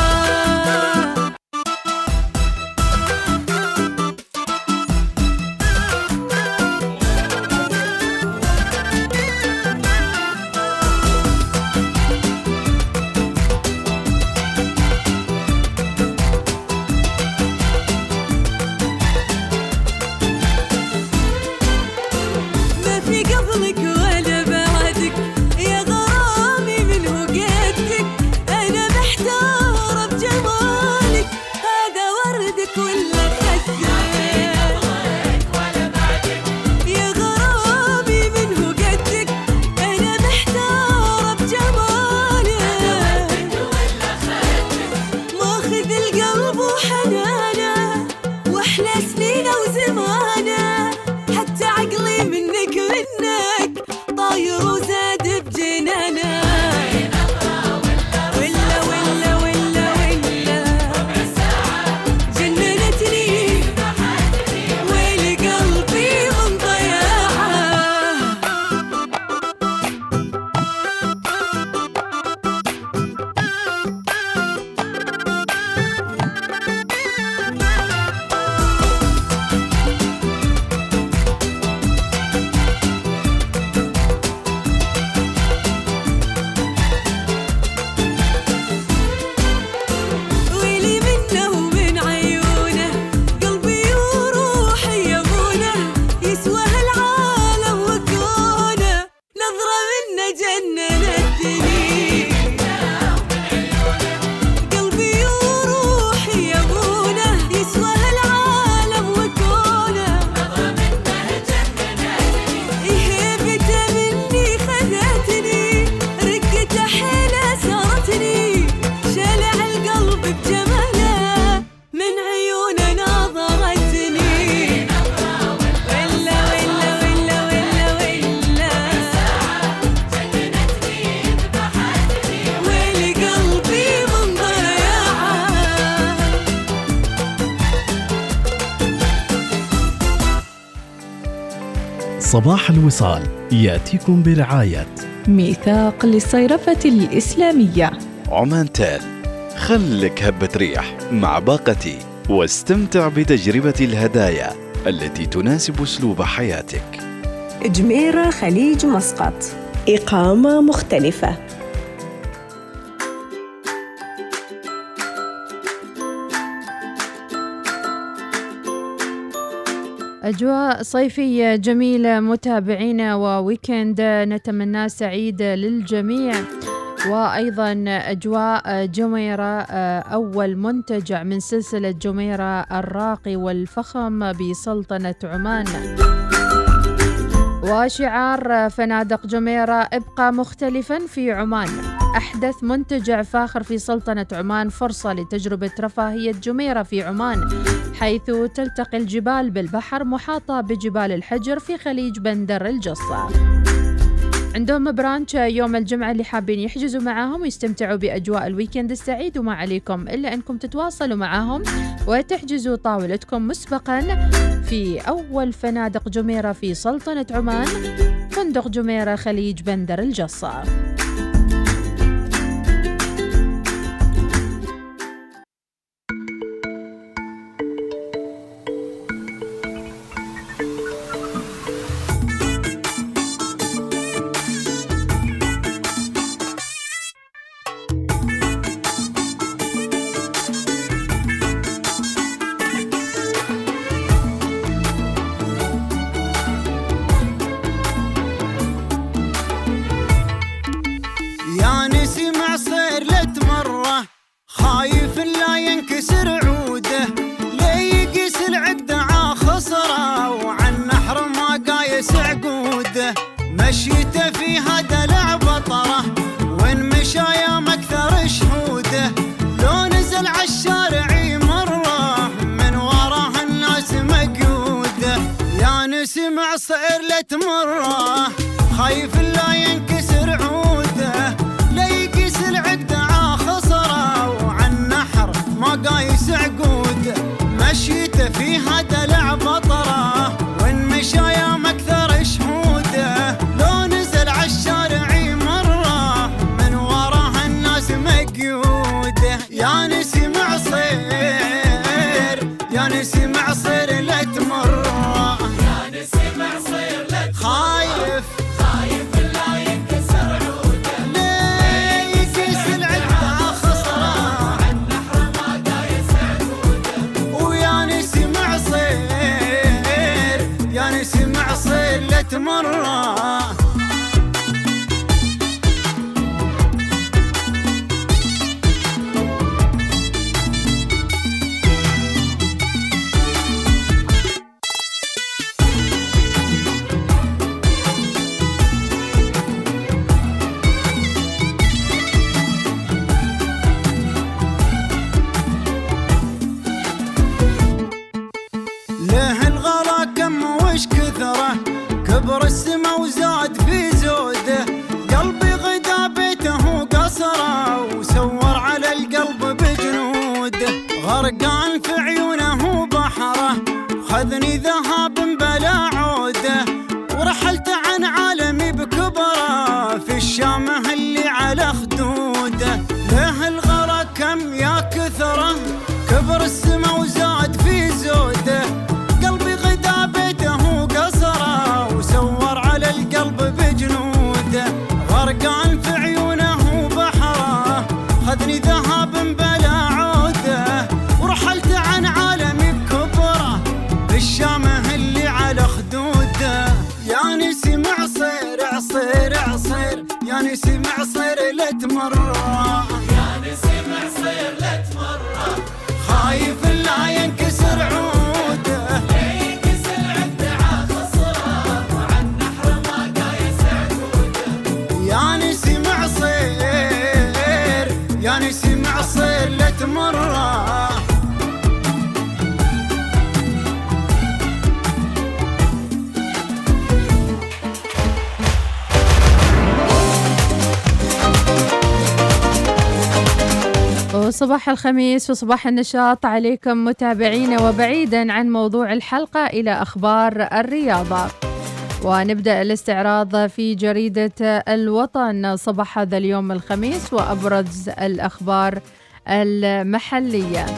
ما في قبلك ولا بعدك يا غرامي من هو قدك أنا محتارة بجمالك هذا وردك ولا خدك يا غرامي من هو قدك أنا محتارة بجمالك ماخذ القلب وحنانه وأحلى سنينه وزمانه حتى عقلي منك طاير وزاد بجنانه ولا جننتني ويلي قلبي من ضياعه. ويلي منه ومن عيونه قلبي وروحي يبونه يسواها العالم وكونه نظرة منه جننتني قلبي وروحي يبونه يسواها العالم وكونه هيبته مني خذتني رقته حيله سارتني شلع القلب بجماله من عيونه ناظرتني ولا ويلي قلبي من ضياعه. صباح الوصال ياتيكم برعاية ميثاق للصيرفة الإسلامية. عمان تال، خلك هبة ريح مع باقتي واستمتع بتجربة الهدايا التي تناسب أسلوب حياتك. جميرة خليج مسقط، إقامة مختلفة. أجواء صيفية جميلة متابعينا وويكند نتمنى سعيد للجميع. وأيضا أجواء جميرة أول منتجع من سلسلة جميرة الراقي والفخم بسلطنة عمان. وشعار فنادق جميرة ابقى مختلفا في عمان. أحدث منتجع فاخر في سلطنة عمان، فرصة لتجربة رفاهية جميرة في عمان، حيث تلتقي الجبال بالبحر محاطة بجبال الحجر في خليج بندر الجصة. عندهم برانش يوم الجمعة اللي حابين يحجزوا معاهم ويستمتعوا بأجواء الويكند السعيد، وما عليكم إلا أنكم تتواصلوا معاهم وتحجزوا طاولتكم مسبقا في أول فنادق جميرة في سلطنة عمان، فندق جميرة خليج بندر الجصة. سمع صعر لا تمره خايف لا ينكسر عوده لا يقيس العقد خسره وعن نحر ما قايس عقوده مشيته فيها دلع بطره وان مشايا مكثر شهوده لو نزل عالشارع مره من وراها الناس مقيوده يا نسي معصير يا نسي معصير لا تمره يا نسي معصير لا خايف لا ينكسر عوده ليه يقيس العقد خسره عن نحر ما دايس عقوده ويا نسي معصير يا نسي معصير لا تمره له الغلا كم وش كثره كبر السما وزاد في زوده قلبي غدا بيته قصره وسور على القلب بجنوده غرقان في عيونه بحره خذني ذهب بلا عوده ورحلت عن عالمي بكبره في الشامه اللي على خدوده له الغلا كم يا كثره كبر السما وزاد في زوده قلبي غدا بيته قصره وسور على القلب بجنوده غرقان في عيونه بحره خذني ذهب بلا عوده ورحلت عن عالمي بكبره بالشامه اللي على خدوده يا نسي معصير عصير عصير يا نسي معصير لا تمره يا نسي معصير لا تمره خايف لا ينكسر عوده ليكس العقد خسره وعن نحر ما دايس عقوده يا نسي معصير يا نسي معصير لا تمره وصباح الخميس وصباح النشاط عليكم متابعينا وبعيدا عن موضوع الحلقة إلى أخبار الرياضة ونبدأ الاستعراض في جريدة الوطن صباح هذا اليوم الخميس وأبرز الأخبار المحلية.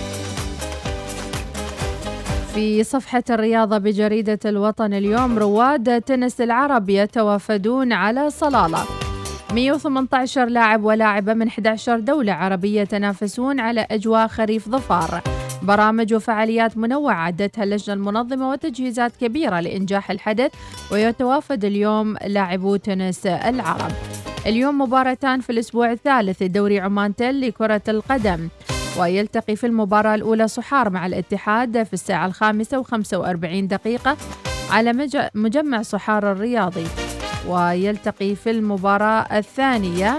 في صفحة الرياضة بجريدة الوطن اليوم رواد تنس العرب يتوافدون على صلالة 118 لاعب ولاعبة من 11 دولة عربية يتنافسون على أجواء خريف ظفار برامج وفعاليات منوعة عدتها اللجنة المنظمة وتجهيزات كبيرة لإنجاح الحدث ويتوافد اليوم لاعبو تنس العرب. اليوم مباراتان في الأسبوع الثالث لدوري عمان تل لكرة القدم ويلتقي في المباراة الأولى صحار مع الاتحاد في الساعة 5:45 على مجمع صحار الرياضي ويلتقي في المباراة الثانية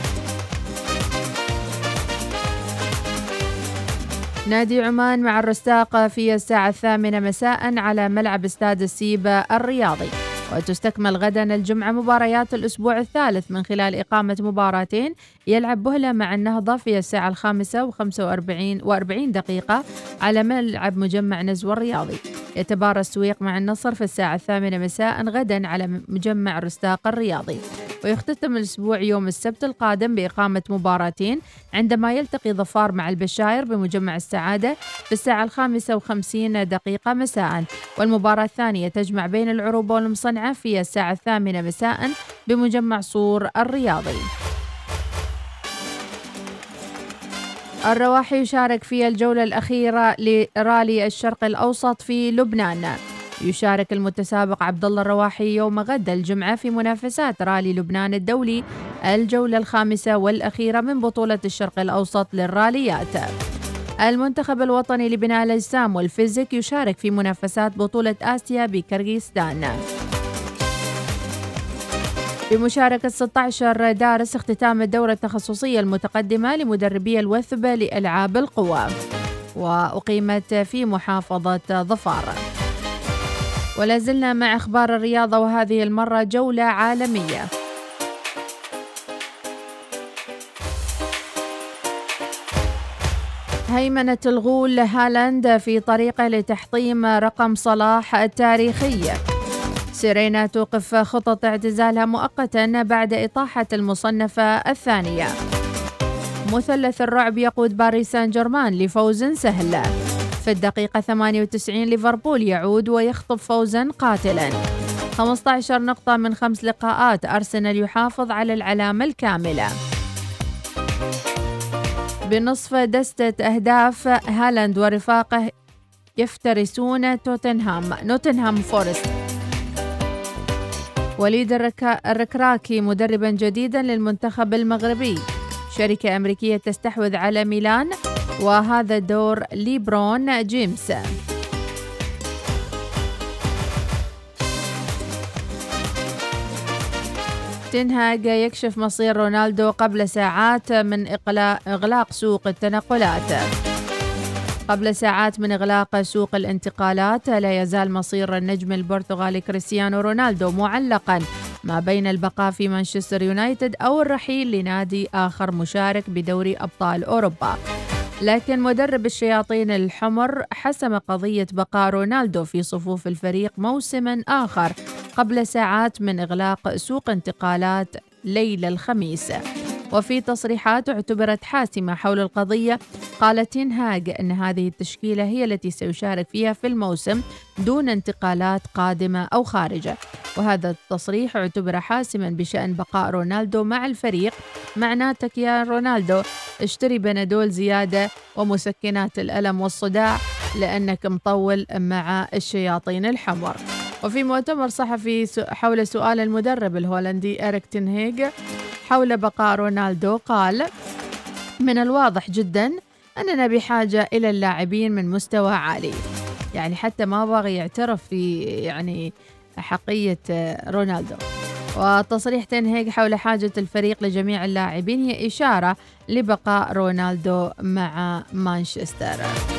نادي عمان مع الرستاق في الساعة 8 مساء على ملعب استاد السيبة الرياضي. وتستكمل غدا الجمعة مباريات الأسبوع الثالث من خلال إقامة مباراتين يلعب بهلة مع النهضة في الساعة 5:45 على ملعب مجمع نزوة الرياضي. يتبارى السويق مع النصر في الساعة 8 مساء غدا على مجمع رستاق الرياضي. ويختتم الأسبوع يوم السبت القادم بإقامة مباراتين عندما يلتقي ظفار مع البشاير بمجمع السعادة في الساعة 5:50 مساء. والمباراة الثانية تجمع بين العروبة والمصنعة في الساعة 8 مساء بمجمع صور الرياضي. الرواحي يشارك في الجولة الأخيرة لرالي الشرق الأوسط في لبنان. يشارك المتسابق عبد الله الرواحي يوم غد الجمعة في منافسات رالي لبنان الدولي الجولة الخامسة والأخيرة من بطولة الشرق الأوسط للراليات. المنتخب الوطني لبناء الأجسام والفيزيك يشارك في منافسات بطولة آسيا بكرغيزستان بمشاركة 16 دارس اختتام الدورة التخصصية المتقدمة لمدربي الوثب لألعاب القوى وأقيمت في محافظة ظفار. ولا زلنا مع أخبار الرياضة، وهذه المرة جولة عالمية. هيمنة الغول هالاند في طريقه لتحطيم رقم صلاح التاريخي. سيرينا توقف خطط اعتزالها مؤقتا بعد إطاحة المصنفة الثانية. مثلث الرعب يقود باريس سان جيرمان لفوز سهل. في الدقيقة 98 ليفربول يعود ويخطف فوزا قاتلا. 15 نقطة من 5 لقاءات، أرسنال يحافظ على العلامة الكاملة. بنصف دستة أهداف، هالاند ورفاقه يفترسون نوتنهام فورست. وليد الركراكي مدربا جديدا للمنتخب المغربي. شركة أمريكية تستحوذ على ميلان، وهذا دور ليبرون جيمس. تنهاج يكشف مصير رونالدو قبل ساعات من إغلاق سوق التنقلات. قبل ساعات من إغلاق سوق الانتقالات، لا يزال مصير النجم البرتغالي كريستيانو رونالدو معلقا ما بين البقاء في مانشستر يونايتد أو الرحيل لنادي آخر مشارك بدوري أبطال أوروبا. لكن مدرب الشياطين الحمر حسم قضية بقاء رونالدو في صفوف الفريق موسما آخر قبل ساعات من إغلاق سوق انتقالات ليلة الخميس. وفي تصريحات اعتبرت حاسمة حول القضية، قال تنهاج أن هذه التشكيلة هي التي سيشارك فيها في الموسم دون انتقالات قادمة أو خارجة. وهذا التصريح اعتبر حاسما بشأن بقاء رونالدو مع الفريق. معناتك يا رونالدو اشتري بنادول زيادة ومسكنات الألم والصداع لأنك مطول مع الشياطين الحمر. وفي مؤتمر صحفي حول سؤال المدرب الهولندي إريك تين هاج حول بقاء رونالدو، قال: من الواضح جدا أننا بحاجة إلى اللاعبين من مستوى عالي. يعني حتى ما بغى يعترف في حقية رونالدو. وتصريح تين هاج حول حاجة الفريق لجميع اللاعبين هي إشارة لبقاء رونالدو مع مانشستر.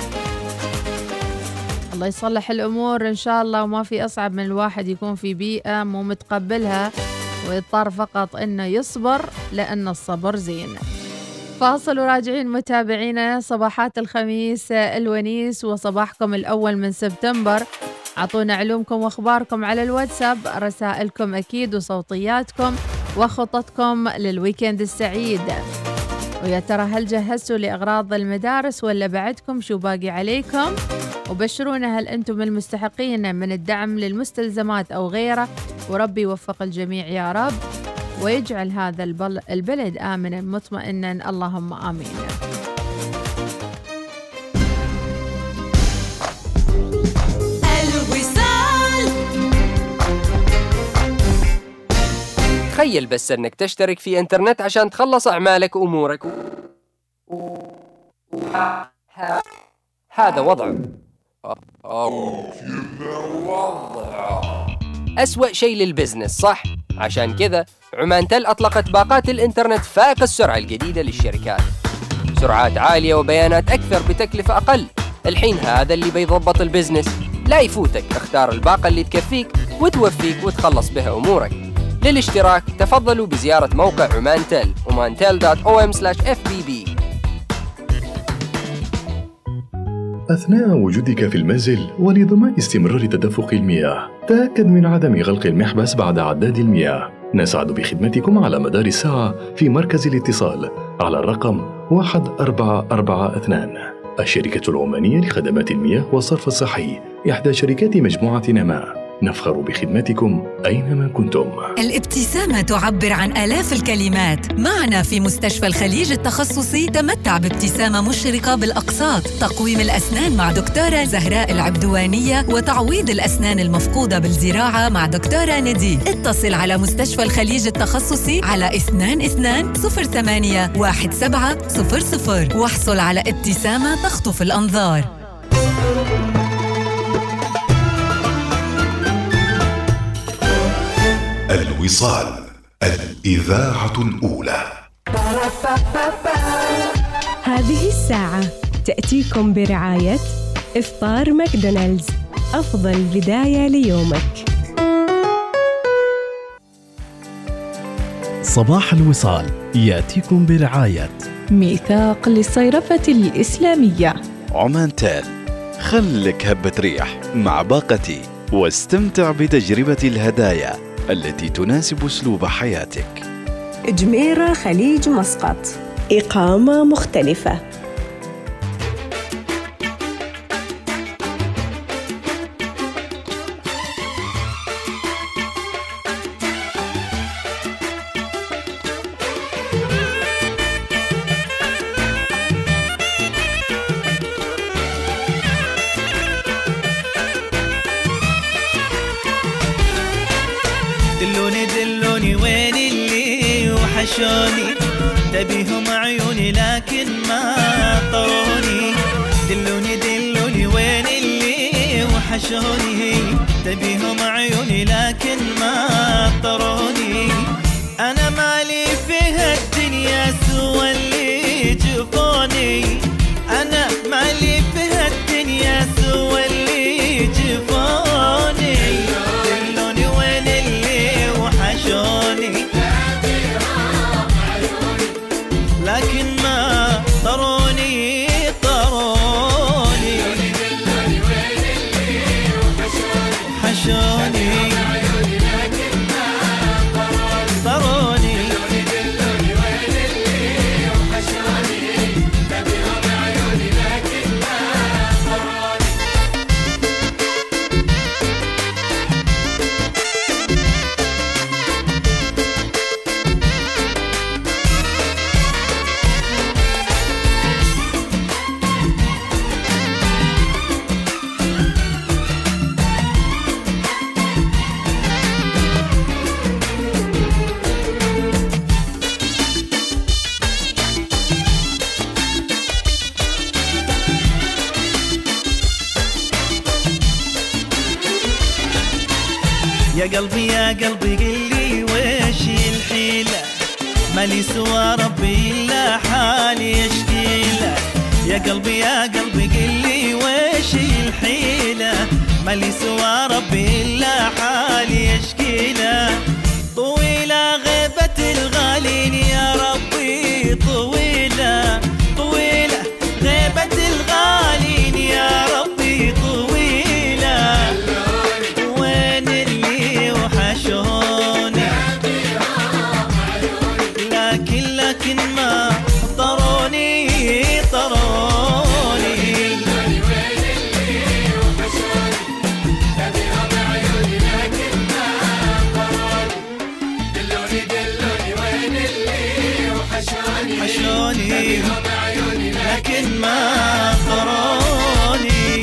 الله يصلح الأمور إن شاء الله، وما في أصعب من الواحد يكون في بيئة مو متقبلها ويضطر فقط إنه يصبر، لأن الصبر زين. فاصل وراجعين متابعينا، صباحات الخميس الونيس وصباحكم الأول من سبتمبر. عطونا علومكم وأخباركم على الواتساب، رسائلكم أكيد وصوتياتكم وخططكم للويكند السعيد. ويا ترى هل جهزتوا لأغراض المدارس ولا بعدكم؟ شو باقي عليكم؟ وبشرونا هل أنتم المستحقين من الدعم للمستلزمات أو غيره، وربي يوفق الجميع يا رب ويجعل هذا البلد آمنا مطمئنا، اللهم آمين. تخيل بس انك تشترك في انترنت عشان تخلص اعمالك وامورك هذا وضعه. أسوأ شيء للبزنس، صح؟ عشان كذا عمان تل أطلقت باقات الإنترنت فائق السرعة الجديدة للشركات. سرعات عالية وبيانات أكثر بتكلفة أقل. الحين هذا اللي بيضبط البزنس. لا يفوتك، اختار الباقة اللي تكفيك وتوفيك وتخلص بها أمورك. للاشتراك تفضلوا بزيارة موقع عمان تل omantel.om/fbb. أثناء وجودك في المنزل ولضمان استمرار تدفق المياه، تأكد من عدم غلق المحبس بعد عداد المياه. نسعد بخدمتكم على مدار الساعة في مركز الاتصال على الرقم 1442. الشركة العمانية لخدمات المياه والصرف الصحي، إحدى شركات مجموعة نماء. نفخر بخدمتكم أينما كنتم. الابتسامة تعبر عن آلاف الكلمات. معنا في مستشفى الخليج التخصصي تمتع بابتسامة مشرقة بالأقساط، تقويم الأسنان مع دكتورة زهراء العبدوانية، وتعويض الأسنان المفقودة بالزراعة مع دكتورة ندي. اتصل على مستشفى الخليج التخصصي على 2208-1700 واحصل على ابتسامة تخطف الأنظار. الوصال، الإذاعة الأولى. هذه الساعة تأتيكم برعاية إفطار ماكدونالدز. أفضل بداية ليومك. صباح الوصال يأتيكم برعاية ميثاق للصيرفة الإسلامية، عمان تال، خلك هبة ريح مع باقتي واستمتع بتجربة الهدايا التي تناسب أسلوب حياتك. جميرة خليج مسقط، إقامة مختلفة. دلوني وين اللي وحشوني، تبيهم عيوني لكن ما طروني. دلوني وين اللي وحشوني، تبيهم عيوني لكن ما طروني. أنا مالي في هالدنيا سوى اللي جفوني، أنا مالي في هالدنيا سوى اللي جفوني. دلوني وين اللي وحشوني، لكن ما طروني طروني. وحشوني طروني. يا قلبي قلي ويش الحيلة، مالي سوى ربي إلا حالي يشكيله. يا قلبي قلي ويش الحيلة، مالي سوى ربي إلا حالي يشكيله. طويلة غيبة الغالين يا ربي، طويلة طويلة غيبة الغالين يا ربي طويلة. وين اللي وحشوني، لكن ما طروني طروني. حشوني لكن ما طروني.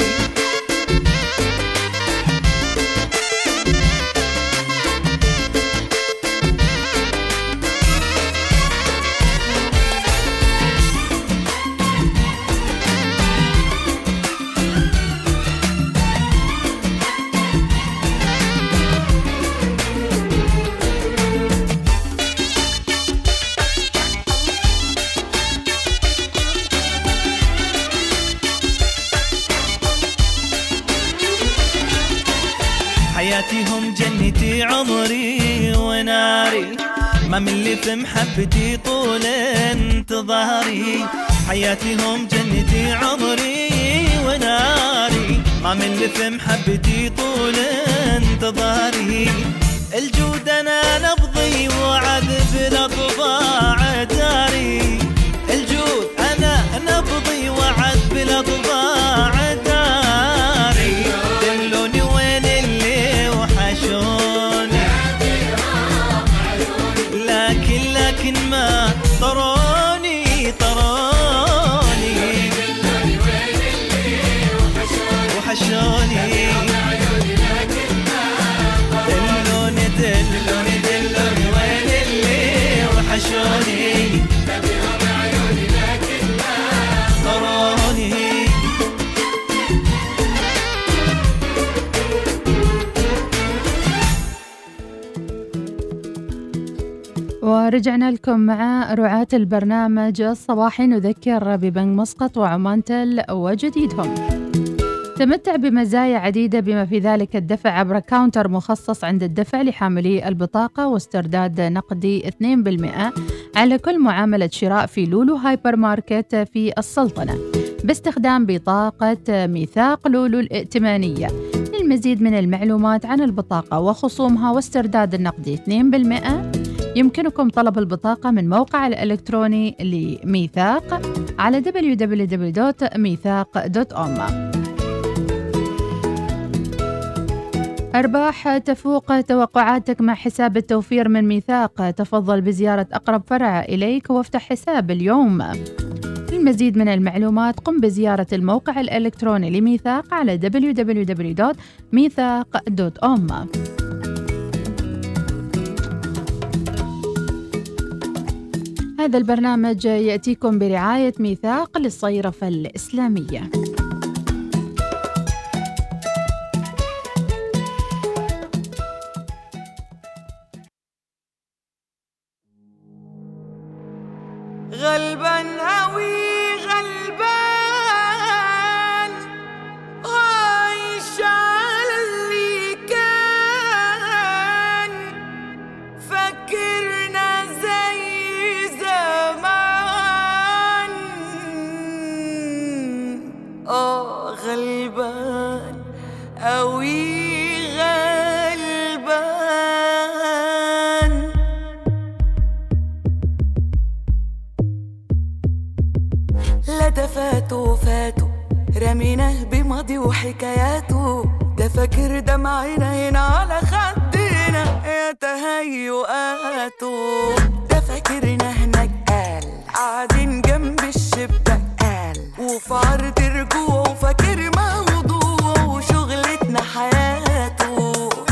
حياتي هم جنتي عمري وناري، ما من اللي في محبتي طول انتظاري. حياتي هم جنتي عمري وناري، ما من اللي في محبتي طول انتظاري. الجود انا نبضي وعذب الاطباع داري، الجود انا نبضي وعذب الاطباع داري. دلوني وين اللي وحشوني، لكن ما طروني طروني. وحشوني دلوني وين اللي وحشوني، طروني. ورجعنا لكم مع رعاة البرنامج الصباحي، نذكر ببنك مسقط وعمان تل وجديدهم. تمتع بمزايا عديدة بما في ذلك الدفع عبر كاونتر مخصص عند الدفع لحاملي البطاقة واسترداد نقدي 2% على كل معاملة شراء في لولو هايبر ماركت في السلطنة باستخدام بطاقة ميثاق لولو الائتمانية. للمزيد من المعلومات عن البطاقة وخصومها واسترداد النقدي 2% يمكنكم طلب البطاقة من موقع الإلكتروني لميثاق على www.mithaq.com. أرباح تفوق توقعاتك مع حساب التوفير من ميثاق. تفضل بزيارة أقرب فرع إليك وافتح حساب اليوم. للمزيد من المعلومات قم بزيارة الموقع الإلكتروني لميثاق على www.mithaq.com. هذا البرنامج يأتيكم برعاية ميثاق للصيرفة الإسلامية. غلبان هوي غلبان عايش على اللي كان فكرنا زي زمان غلبان هوي فاتوا رميناه بماضي وحكاياته ده فاكر دمعنا هنا على خدنا يا تهيؤاته ده فاكرنا هناك قاعدين جنب الشباك وفي عرض رجوعه فاكر موضوعه وشغلتنا حياته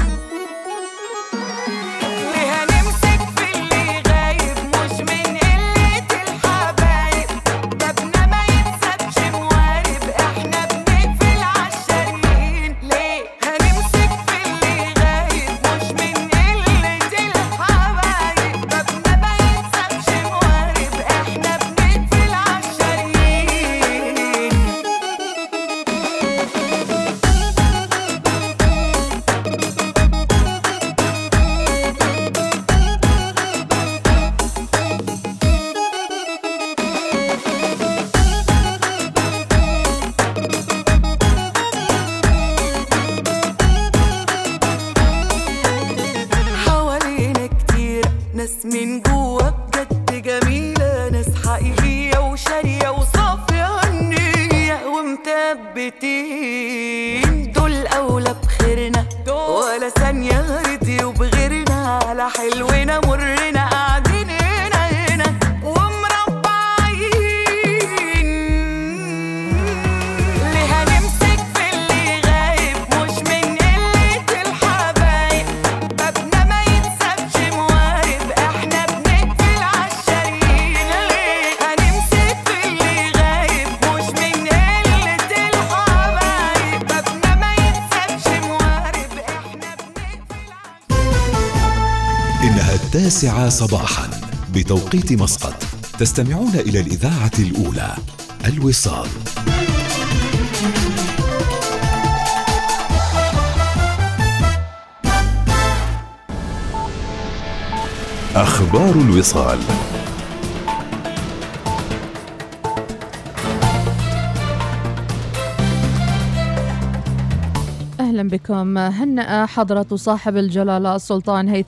من جوا بجد جميلة ناس حقيقية وشارية وصافية النية ومثبتين دول أولى بخيرنا ولا ثانية رضيوا بغيرنا على حلونا مرنا قاعدين هنا ومربعين ليه هنمسك في اللي غايب مش من قلة الحبايب بابنا ما يتسابش موارب احنا بنقفل عالشاريين ليه هنمسك في اللي غايب مش من قلة الحبايب بابنا ما يتسابش موارب احنا بنقفل إنها 9 صباحا بتوقيت مسقط. تستمعون إلى الإذاعة الأولى الوصال. أخبار الوصال. أهلا بكم. هنأ حضرة صاحب الجلالة السلطان هيثم